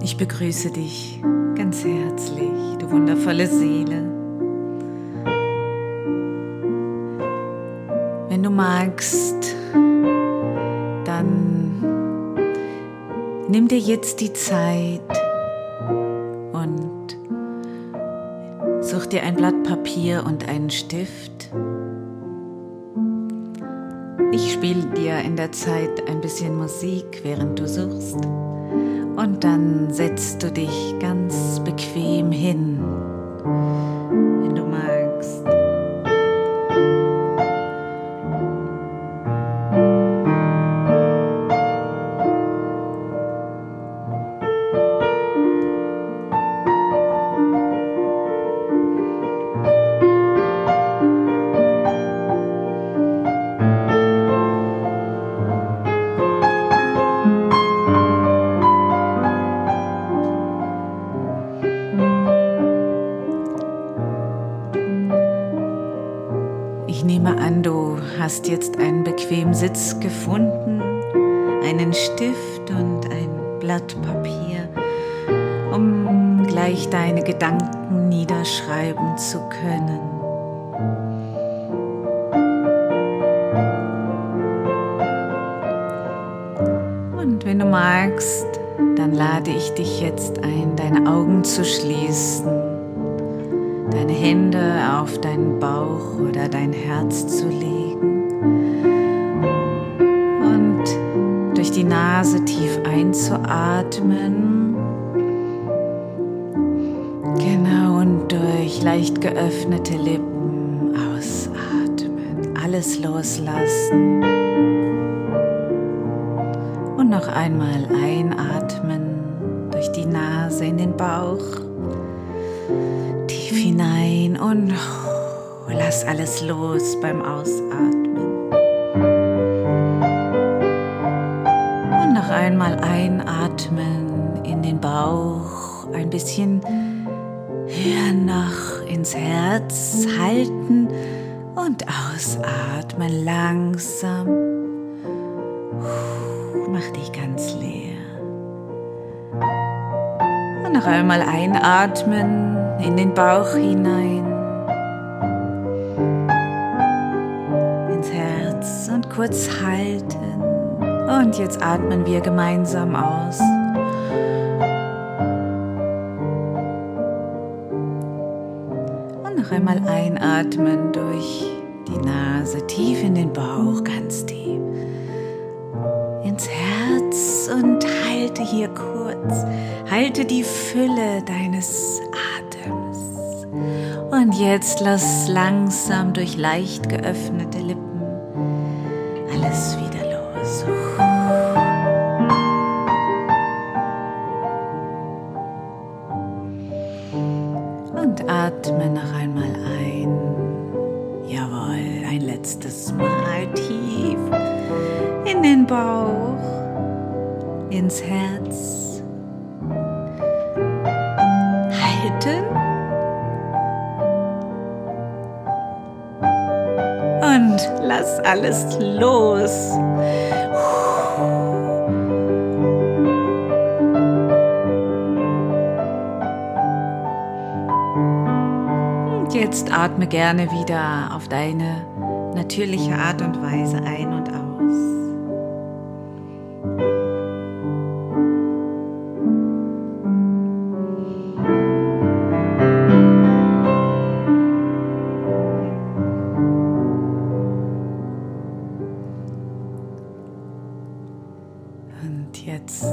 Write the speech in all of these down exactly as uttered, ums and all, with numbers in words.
Ich begrüße dich ganz herzlich, du wundervolle Seele. Wenn du magst, dann nimm dir jetzt die Zeit und such dir ein Blatt Papier und einen Stift. Ich spiele dir in der Zeit ein bisschen Musik, während du suchst. Und dann setzt du dich ganz bequem hin, wenn du magst. Ich nehme an, du hast jetzt einen bequemen Sitz gefunden, einen Stift und ein Blatt Papier, um gleich deine Gedanken niederschreiben zu können. Und wenn du magst, dann lade ich dich jetzt ein, deine Augen zu schließen, deine Hände auf deinen Bauch oder dein Herz zu legen und durch die Nase tief einzuatmen. Genau, und durch leicht geöffnete Lippen ausatmen, alles loslassen. Und noch einmal einatmen durch die Nase in den Bauch. Tief hinein und lass alles los beim Ausatmen. Und noch einmal einatmen in den Bauch, ein bisschen höher noch ins Herz halten und ausatmen langsam. Mach dich ganz leer. Und noch einmal einatmen in den Bauch hinein, ins Herz und kurz halten. Und jetzt atmen wir gemeinsam aus. Und noch einmal einatmen durch die Nase, tief in den Bauch, ganz tief. Ins Herz und halte hier kurz. Halte die Fülle deines Atems. Und jetzt lass langsam durch leicht geöffnete Lippen alles wieder los. Und atme noch einmal ein. Jawohl, ein letztes Mal tief in den Bauch, ins Herz. Halten. Und lass alles los. Und jetzt atme gerne wieder auf deine natürliche Art und Weise ein und aus. Und jetzt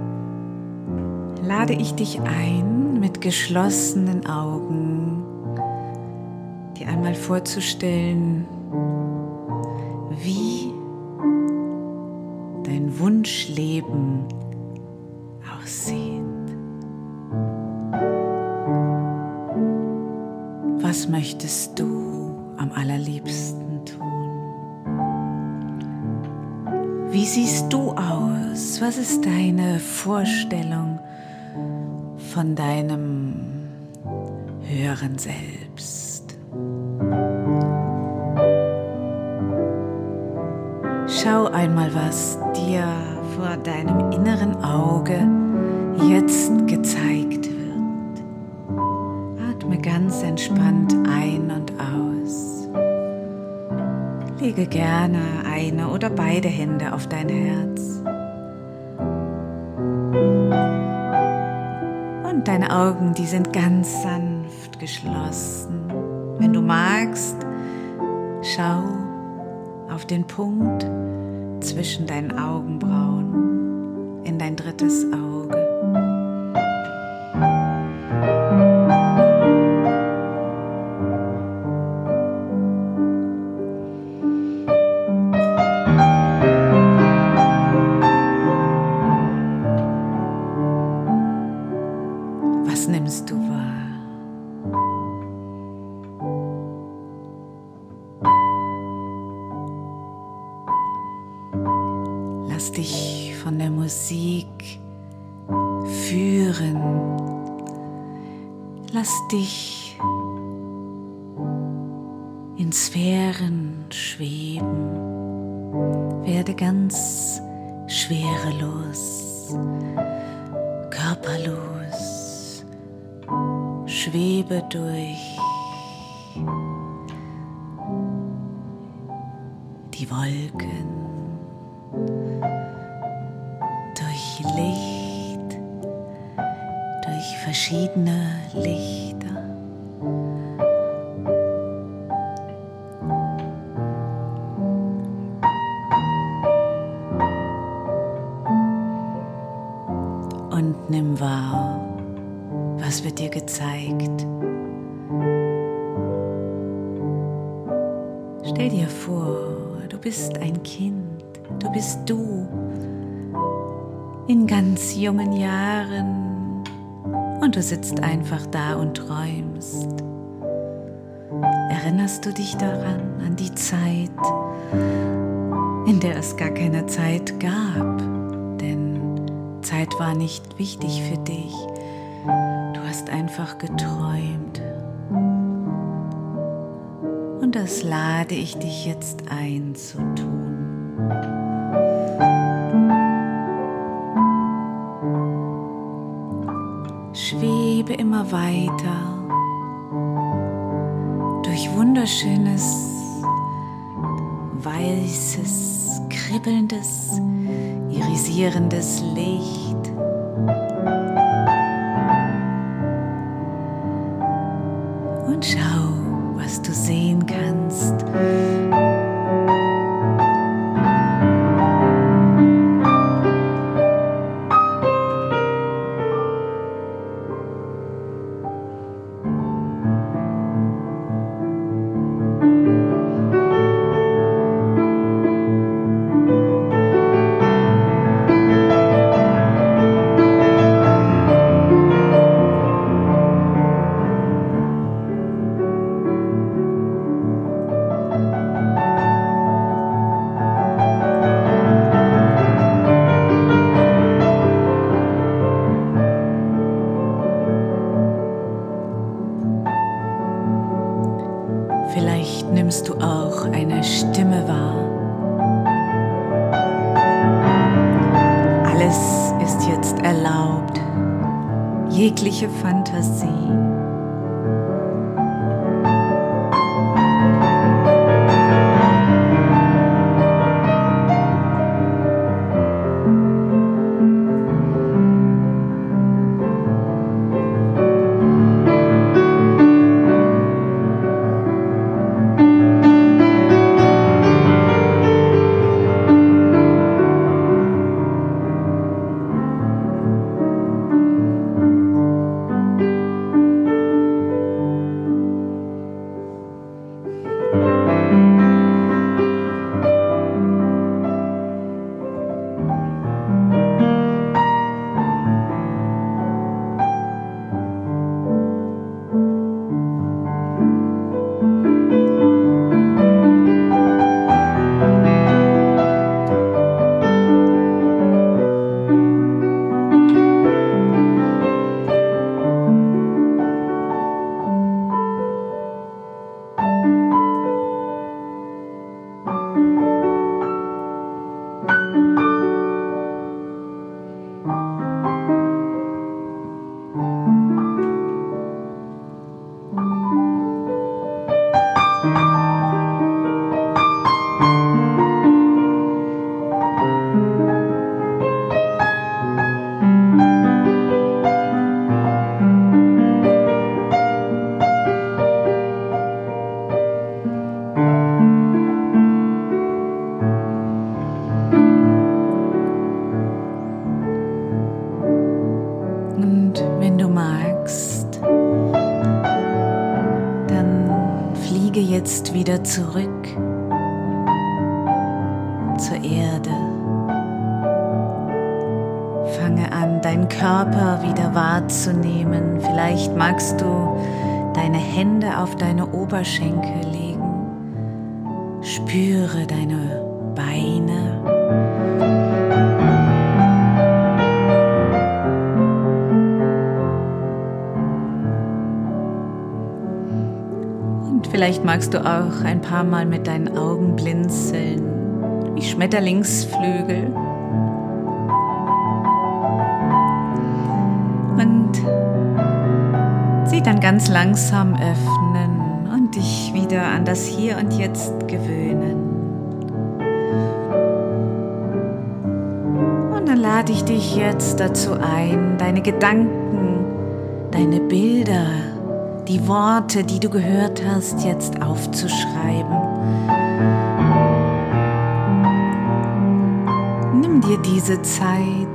lade ich dich ein, mit geschlossenen Augen dir einmal vorzustellen, wie dein Wunschleben aussieht. Was möchtest du am allerliebsten tun? Wie siehst du aus? Was ist deine Vorstellung von deinem höheren Selbst? Schau einmal, was dir vor deinem inneren Auge jetzt gezeigt wird. Atme ganz entspannt ein und aus. Lege gerne eine oder beide Hände auf dein Herz. Und deine Augen, die sind ganz sanft geschlossen. Wenn du magst, schau auf den Punkt zwischen deinen Augenbrauen in dein drittes Auge. Was nimmst du wahr? Lass dich von der Musik führen. Lass dich in Sphären schweben. Werde ganz schwerelos, körperlos. Schwebe durch die Wolken. Durch Licht, durch verschiedene Lichter. Und nimm wahr, was wird dir gezeigt. Stell dir vor, du bist ein Kind, du bist du. In ganz jungen Jahren und du sitzt einfach da und träumst. Erinnerst du dich daran, an die Zeit, in der es gar keine Zeit gab? Denn Zeit war nicht wichtig für dich. Du hast einfach geträumt. Und das lade ich dich jetzt ein zu tun. Schwebe immer weiter durch wunderschönes, weißes, kribbelndes, irisierendes Licht. Und schau, was du sehen kannst. Vielleicht nimmst du auch eine Stimme wahr. Alles ist jetzt erlaubt, jegliche Fantasie. jetzt wieder zurück zur Erde. Fange an, deinen Körper wieder wahrzunehmen. Vielleicht magst du deine Hände auf deine Oberschenkel legen. Spüre deine Beine. Und vielleicht magst du auch ein paar Mal mit deinen Augen blinzeln, wie Schmetterlingsflügel. Und sie dann ganz langsam öffnen und dich wieder an das Hier und Jetzt gewöhnen. Und dann lade ich dich jetzt dazu ein, deine Gedanken, deine Bilder, die Worte, die du gehört hast, jetzt aufzuschreiben. Nimm dir diese Zeit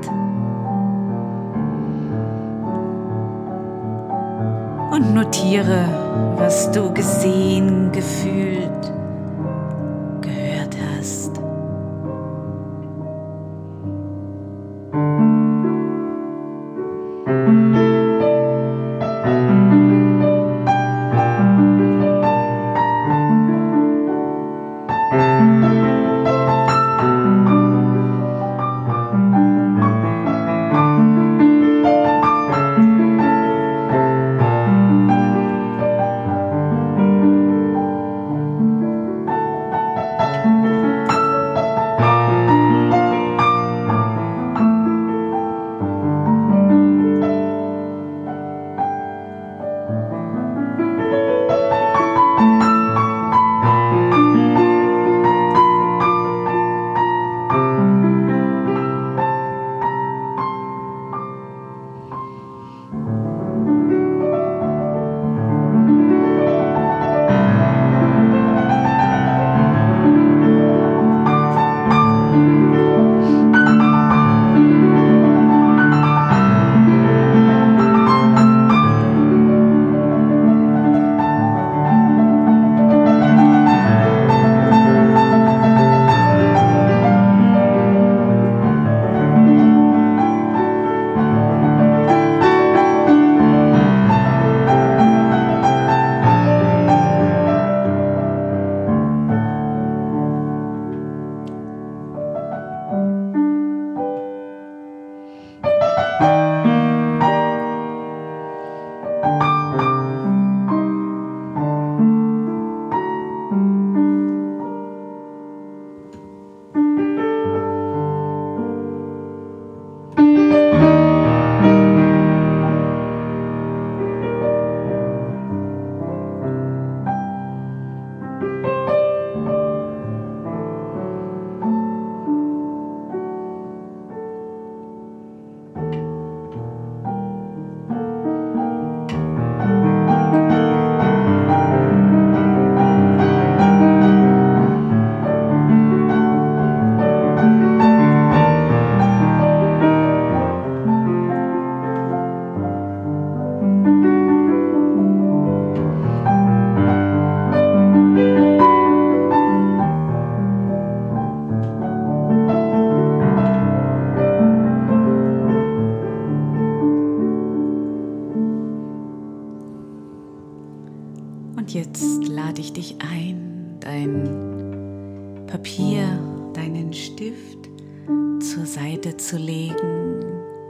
und notiere, was du gesehen, gefühlt, gehört hast. Und jetzt lade ich dich ein, dein Papier, deinen Stift zur Seite zu legen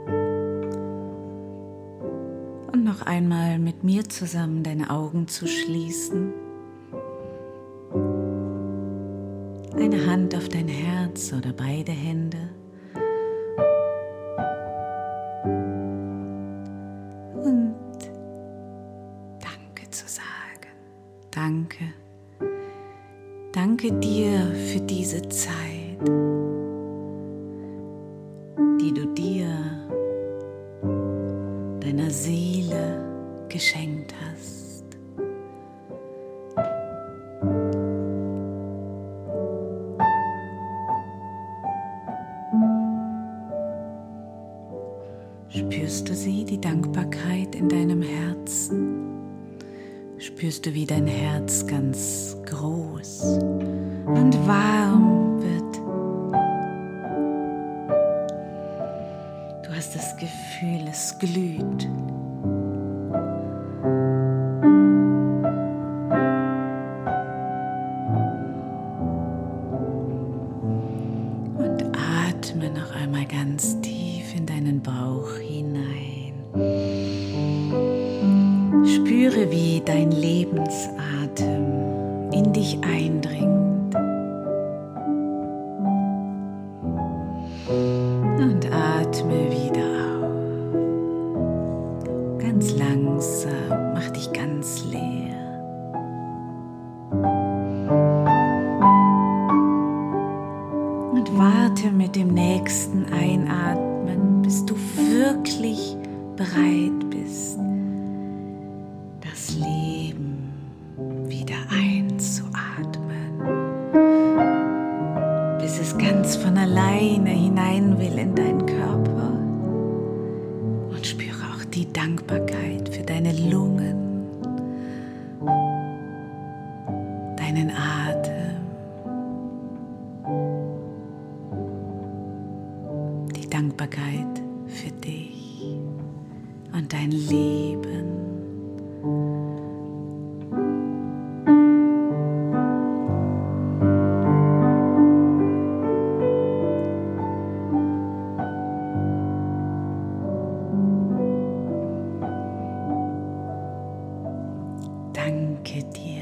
und noch einmal mit mir zusammen deine Augen zu schließen. Eine Hand auf dein Herz oder beide Hände. Und Danke zu sagen. Danke. Danke dir für diese Zeit, die du dir, deiner Seele geschenkt hast. Spürst du sie, die Dankbarkeit in deinem Herzen? Spürst du, wie dein Herz ganz groß und warm wird. Du hast das Gefühl, es glüht. Und atme noch einmal ganz tief in deinen Bauch hinein. Spüre, wie dein Lebensatem in dich eindringt. Und atme wieder auf. Ganz langsam, mach dich ganz leer. Und warte mit dem nächsten Einatmen, bis du wirklich bereit bist, das Leben wieder einzuatmen, bis es ganz von alleine hinein will in deinen Körper. Und spüre auch die Dankbarkeit für deine Lungen, deinen Atem, die Dankbarkeit für dich und dein Leben. Danke dir.